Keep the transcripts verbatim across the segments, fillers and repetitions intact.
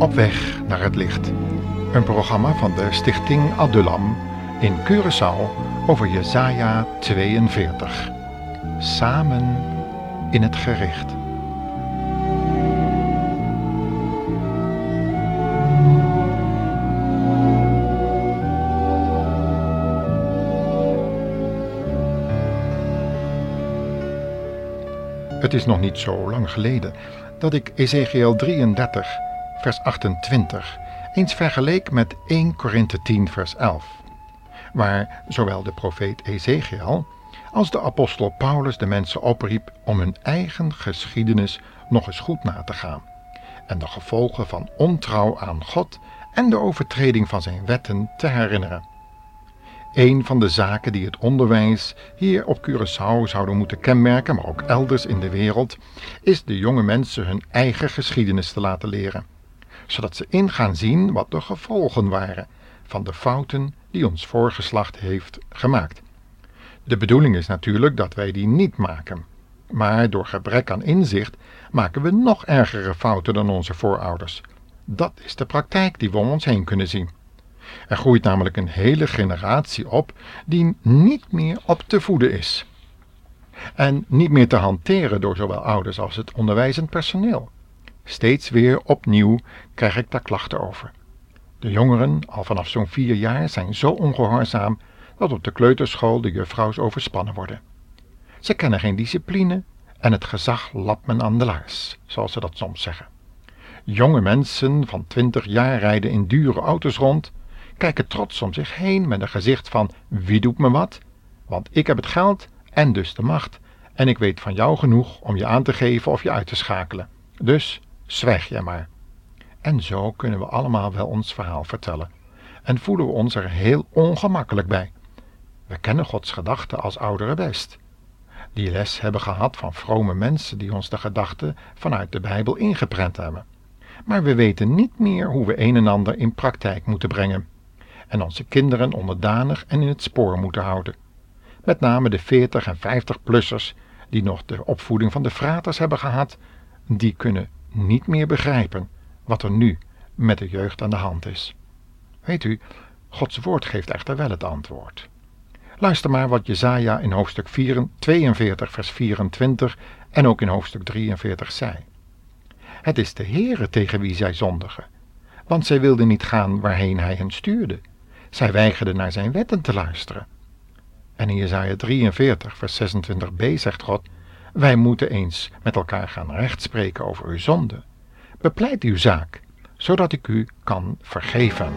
Op weg naar het licht. Een programma van de Stichting Adullam in Curaçao over Jesaja tweeënveertig. Samen in het gericht. Het is nog niet zo lang geleden dat ik Ezekiël drieëndertig, vers achtentwintig, eens vergeleek met eerste Korinthe tien, vers elf, waar zowel de profeet Ezekiël als de apostel Paulus de mensen opriep om hun eigen geschiedenis nog eens goed na te gaan en de gevolgen van ontrouw aan God en de overtreding van zijn wetten te herinneren. Een van de zaken die het onderwijs hier op Curaçao zouden moeten kenmerken, maar ook elders in de wereld, is de jonge mensen hun eigen geschiedenis te laten leren, zodat ze in gaan zien wat de gevolgen waren van de fouten die ons voorgeslacht heeft gemaakt. De bedoeling is natuurlijk dat wij die niet maken, maar door gebrek aan inzicht maken we nog ergere fouten dan onze voorouders. Dat is de praktijk die we om ons heen kunnen zien. Er groeit namelijk een hele generatie op die niet meer op te voeden is. En niet meer te hanteren door zowel ouders als het onderwijzend personeel. Steeds weer opnieuw krijg ik daar klachten over. De jongeren, al vanaf zo'n vier jaar, zijn zo ongehoorzaam dat op de kleuterschool de juffrouws overspannen worden. Ze kennen geen discipline en het gezag lapt men aan de laars, zoals ze dat soms zeggen. Jonge mensen van twintig jaar rijden in dure auto's rond, kijken trots om zich heen met een gezicht van wie doet me wat, want ik heb het geld en dus de macht en ik weet van jou genoeg om je aan te geven of je uit te schakelen. Dus zwijg jij maar. En zo kunnen we allemaal wel ons verhaal vertellen en voelen we ons er heel ongemakkelijk bij. We kennen Gods gedachten als ouderen best. Die les hebben gehad van vrome mensen die ons de gedachten vanuit de Bijbel ingeprent hebben. Maar we weten niet meer hoe we een en ander in praktijk moeten brengen en onze kinderen onderdanig en in het spoor moeten houden. Met name de veertig- en vijftig-plussers die nog de opvoeding van de fraters hebben gehad, die kunnen niet meer begrijpen wat er nu met de jeugd aan de hand is. Weet u, Gods woord geeft echter wel het antwoord. Luister maar wat Jesaja in hoofdstuk tweeënveertig vers vierentwintig en ook in hoofdstuk drieënveertig zei. Het is de Heere tegen wie zij zondigen, want zij wilden niet gaan waarheen hij hen stuurde. Zij weigerden naar zijn wetten te luisteren. En in Jesaja drieënveertig vers zesentwintig b zegt God, wij moeten eens met elkaar gaan rechtspreken over uw zonde. Bepleit uw zaak, zodat ik u kan vergeven.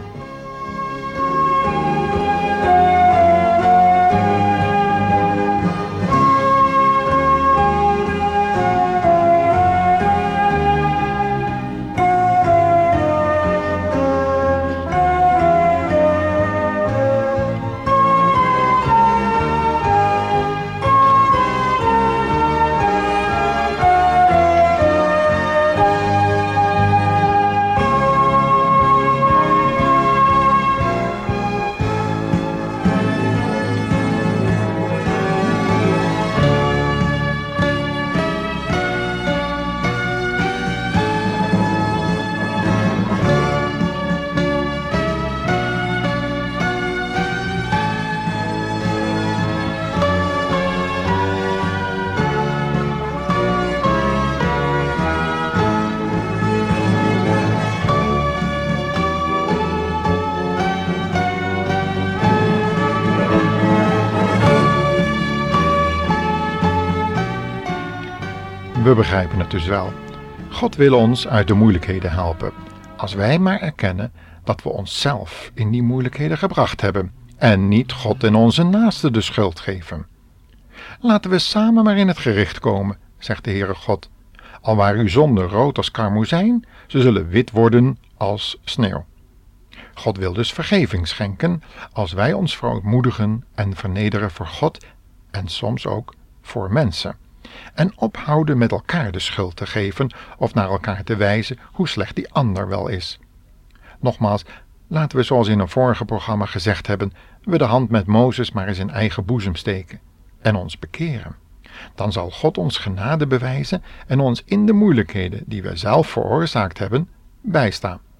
We begrijpen het dus wel. God wil ons uit de moeilijkheden helpen, als wij maar erkennen dat we onszelf in die moeilijkheden gebracht hebben en niet God en onze naasten de schuld geven. Laten we samen maar in het gericht komen, zegt de Heere God. Al waren uw zonden rood als karmozijn, ze zullen wit worden als sneeuw. God wil dus vergeving schenken als wij ons verootmoedigen en vernederen voor God en soms ook voor mensen. En ophouden met elkaar de schuld te geven of naar elkaar te wijzen hoe slecht die ander wel is. Nogmaals, laten we zoals in een vorige programma gezegd hebben, we de hand met Mozes maar eens in eigen boezem steken en ons bekeren. Dan zal God ons genade bewijzen en ons in de moeilijkheden die we zelf veroorzaakt hebben, bijstaan.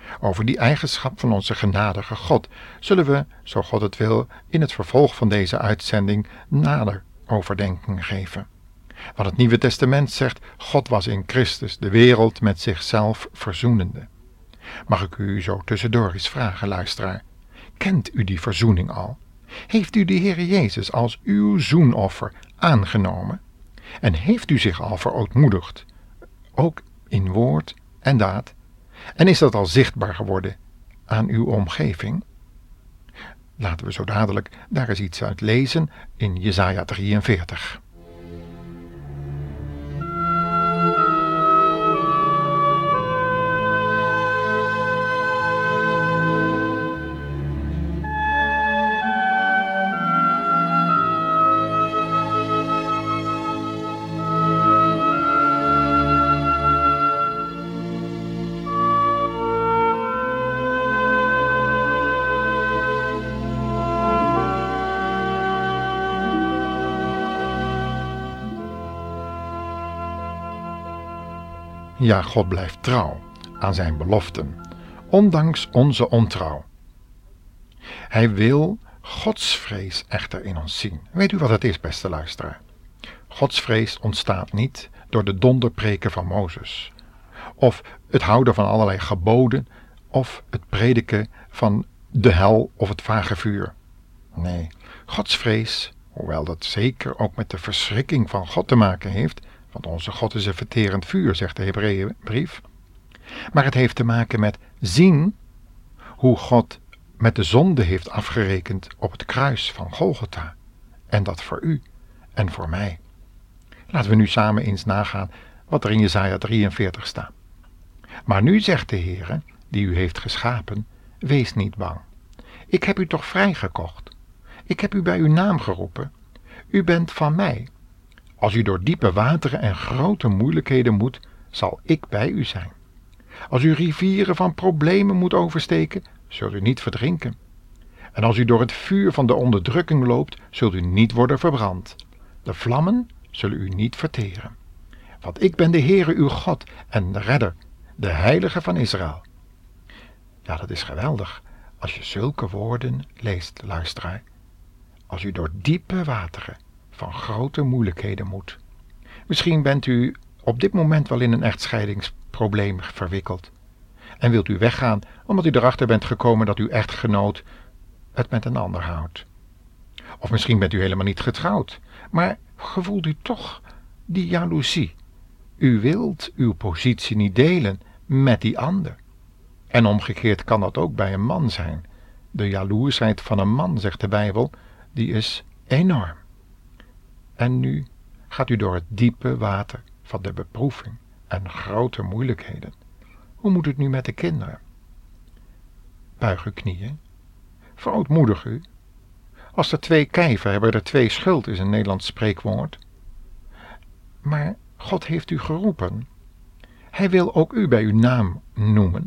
Over die eigenschap van onze genadige God zullen we, zo God het wil, in het vervolg van deze uitzending nader overdenking geven. Want het Nieuwe Testament zegt, God was in Christus de wereld met zichzelf verzoenende. Mag ik u zo tussendoor eens vragen, luisteraar, kent u die verzoening al? Heeft u de Heer Jezus als uw zoenoffer aangenomen? En heeft u zich al verootmoedigd, ook in woord en daad? En is dat al zichtbaar geworden aan uw omgeving? Laten we zo dadelijk daar eens iets uit lezen in Jesaja drieënveertig. Ja, God blijft trouw aan zijn beloften, ondanks onze ontrouw. Hij wil godsvrees echter in ons zien. Weet u wat het is, beste luisteraar? Godsvrees ontstaat niet door de donderpreken van Mozes, of het houden van allerlei geboden, of het prediken van de hel of het vage vuur. Nee, godsvrees, hoewel dat zeker ook met de verschrikking van God te maken heeft, want onze God is een verterend vuur, zegt de Hebreeënbrief. Maar het heeft te maken met zien hoe God met de zonde heeft afgerekend op het kruis van Golgotha. En dat voor u en voor mij. Laten we nu samen eens nagaan wat er in Jesaja drieënveertig staat. Maar nu zegt de Heere, die u heeft geschapen, wees niet bang. Ik heb u toch vrijgekocht. Ik heb u bij uw naam geroepen. U bent van mij. Als u door diepe wateren en grote moeilijkheden moet, zal ik bij u zijn. Als u rivieren van problemen moet oversteken, zult u niet verdrinken. En als u door het vuur van de onderdrukking loopt, zult u niet worden verbrand. De vlammen zullen u niet verteren. Want ik ben de Heere uw God en de Redder, de Heilige van Israël. Ja, dat is geweldig als je zulke woorden leest, luisteraar. Als u door diepe wateren van grote moeilijkheden moet. Misschien bent u op dit moment wel in een echtscheidingsprobleem verwikkeld. En wilt u weggaan omdat u erachter bent gekomen dat uw echtgenoot het met een ander houdt. Of misschien bent u helemaal niet getrouwd, maar gevoelt u toch die jaloezie. U wilt uw positie niet delen met die ander. En omgekeerd kan dat ook bij een man zijn. De jaloersheid van een man, zegt de Bijbel, die is enorm. En nu gaat u door het diepe water van de beproeving en grote moeilijkheden. Hoe moet het nu met de kinderen? Buig uw knieën. Verootmoedig u. Als er twee kijven hebben er twee schuld, is een Nederlands spreekwoord. Maar God heeft u geroepen. Hij wil ook u bij uw naam noemen.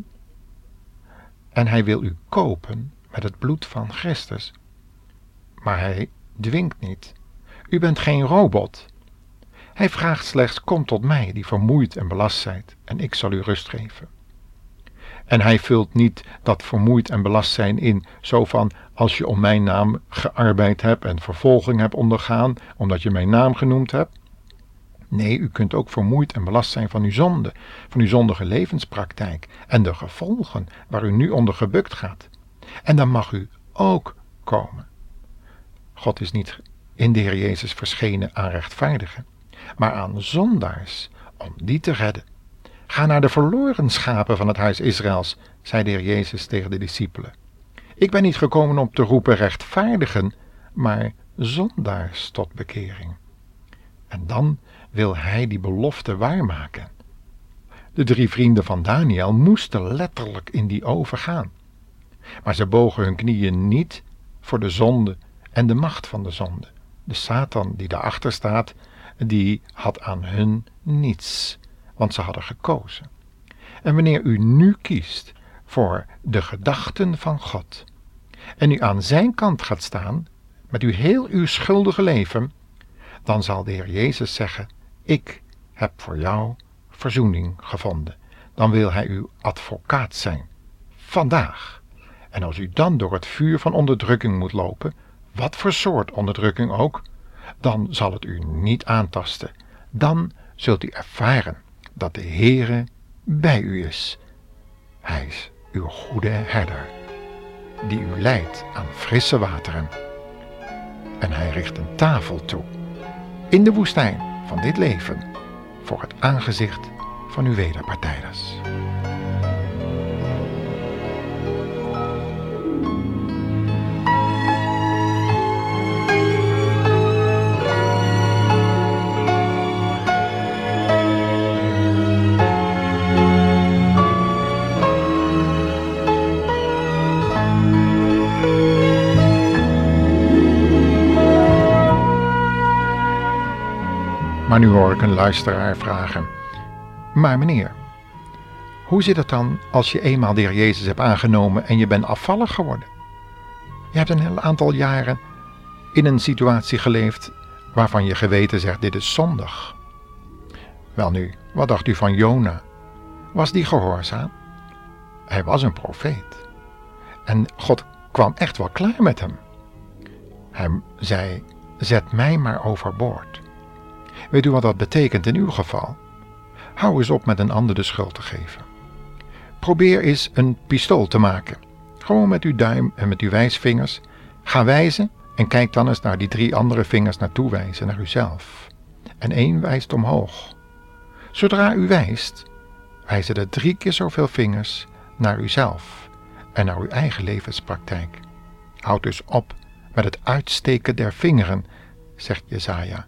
En hij wil u kopen met het bloed van Christus. Maar hij dwingt niet. U bent geen robot. Hij vraagt slechts, kom tot mij die vermoeid en belast zijt, en ik zal u rust geven. En hij vult niet dat vermoeid en belast zijn in, zo van, als je om mijn naam gearbeid hebt en vervolging hebt ondergaan, omdat je mijn naam genoemd hebt. Nee, u kunt ook vermoeid en belast zijn van uw zonde, van uw zondige levenspraktijk en de gevolgen waar u nu onder gebukt gaat. En dan mag u ook komen. God is niet in de Heer Jezus verschenen aan rechtvaardigen, maar aan zondaars, om die te redden. Ga naar de verloren schapen van het huis Israëls, zei de Heer Jezus tegen de discipelen. Ik ben niet gekomen om te roepen rechtvaardigen, maar zondaars tot bekering. En dan wil hij die belofte waarmaken. De drie vrienden van Daniel moesten letterlijk in die oven gaan. Maar ze bogen hun knieën niet voor de zonde en de macht van de zonde. De Satan die daarachter staat, die had aan hun niets, want ze hadden gekozen. En wanneer u nu kiest voor de gedachten van God en u aan zijn kant gaat staan, met uw heel uw schuldige leven, dan zal de Heer Jezus zeggen, ik heb voor jou verzoening gevonden. Dan wil hij uw advocaat zijn vandaag. En als u dan door het vuur van onderdrukking moet lopen, wat voor soort onderdrukking ook, dan zal het u niet aantasten. Dan zult u ervaren dat de Heere bij u is. Hij is uw goede herder, die u leidt aan frisse wateren. En hij richt een tafel toe, in de woestijn van dit leven, voor het aangezicht van uw wederpartijders. Maar nu hoor ik een luisteraar vragen: maar meneer, hoe zit het dan als je eenmaal de Heer Jezus hebt aangenomen en je bent afvallig geworden? Je hebt een heel aantal jaren in een situatie geleefd waarvan je geweten zegt: dit is zondig. Welnu, wat dacht u van Jona? Was die gehoorzaam? Hij was een profeet. En God kwam echt wel klaar met hem. Hij zei: zet mij maar overboord. Weet u wat dat betekent in uw geval? Hou eens op met een ander de schuld te geven. Probeer eens een pistool te maken. Gewoon met uw duim en met uw wijsvingers. Ga wijzen en kijk dan eens naar die drie andere vingers naartoe wijzen, naar uzelf. En één wijst omhoog. Zodra u wijst, wijzen er drie keer zoveel vingers naar uzelf en naar uw eigen levenspraktijk. Houd dus op met het uitsteken der vingeren, zegt Jesaja.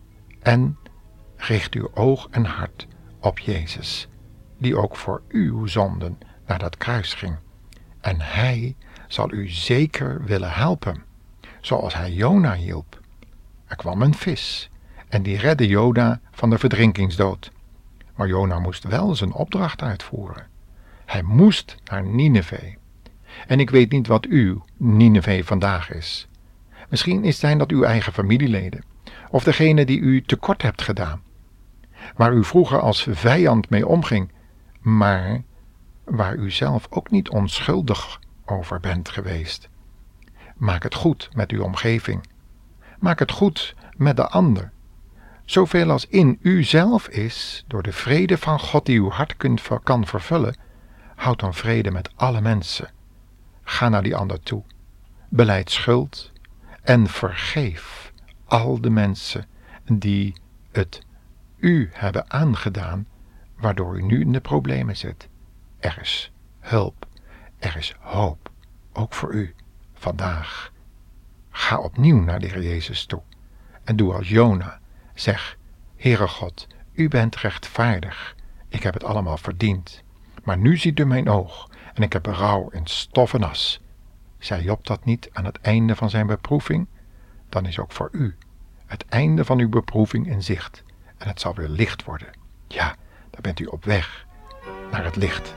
En richt uw oog en hart op Jezus, die ook voor uw zonden naar dat kruis ging. En hij zal u zeker willen helpen, zoals hij Jona hielp. Er kwam een vis en die redde Jona van de verdrinkingsdood. Maar Jona moest wel zijn opdracht uitvoeren. Hij moest naar Nineve. En ik weet niet wat uw Nineve vandaag is. Misschien zijn dat uw eigen familieleden, of degene die u tekort hebt gedaan, waar u vroeger als vijand mee omging, maar waar u zelf ook niet onschuldig over bent geweest. Maak het goed met uw omgeving. Maak het goed met de ander. Zoveel als in u zelf is, door de vrede van God die uw hart kunt, kan vervullen, houd dan vrede met alle mensen. Ga naar die ander toe. Belijd schuld en vergeef al de mensen die het u hebben aangedaan, waardoor u nu in de problemen zit. Er is hulp, er is hoop, ook voor u, vandaag. Ga opnieuw naar de Heer Jezus toe en doe als Jona. Zeg: Heere God, u bent rechtvaardig, ik heb het allemaal verdiend. Maar nu ziet u mijn oog en ik heb berouw in stof en as. Zei Job dat niet aan het einde van zijn beproeving? Dan is ook voor u het einde van uw beproeving in zicht. En het zal weer licht worden. Ja, dan bent u op weg naar het licht.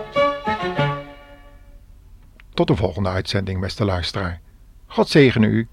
Tot de volgende uitzending, beste luisteraar. God zegene u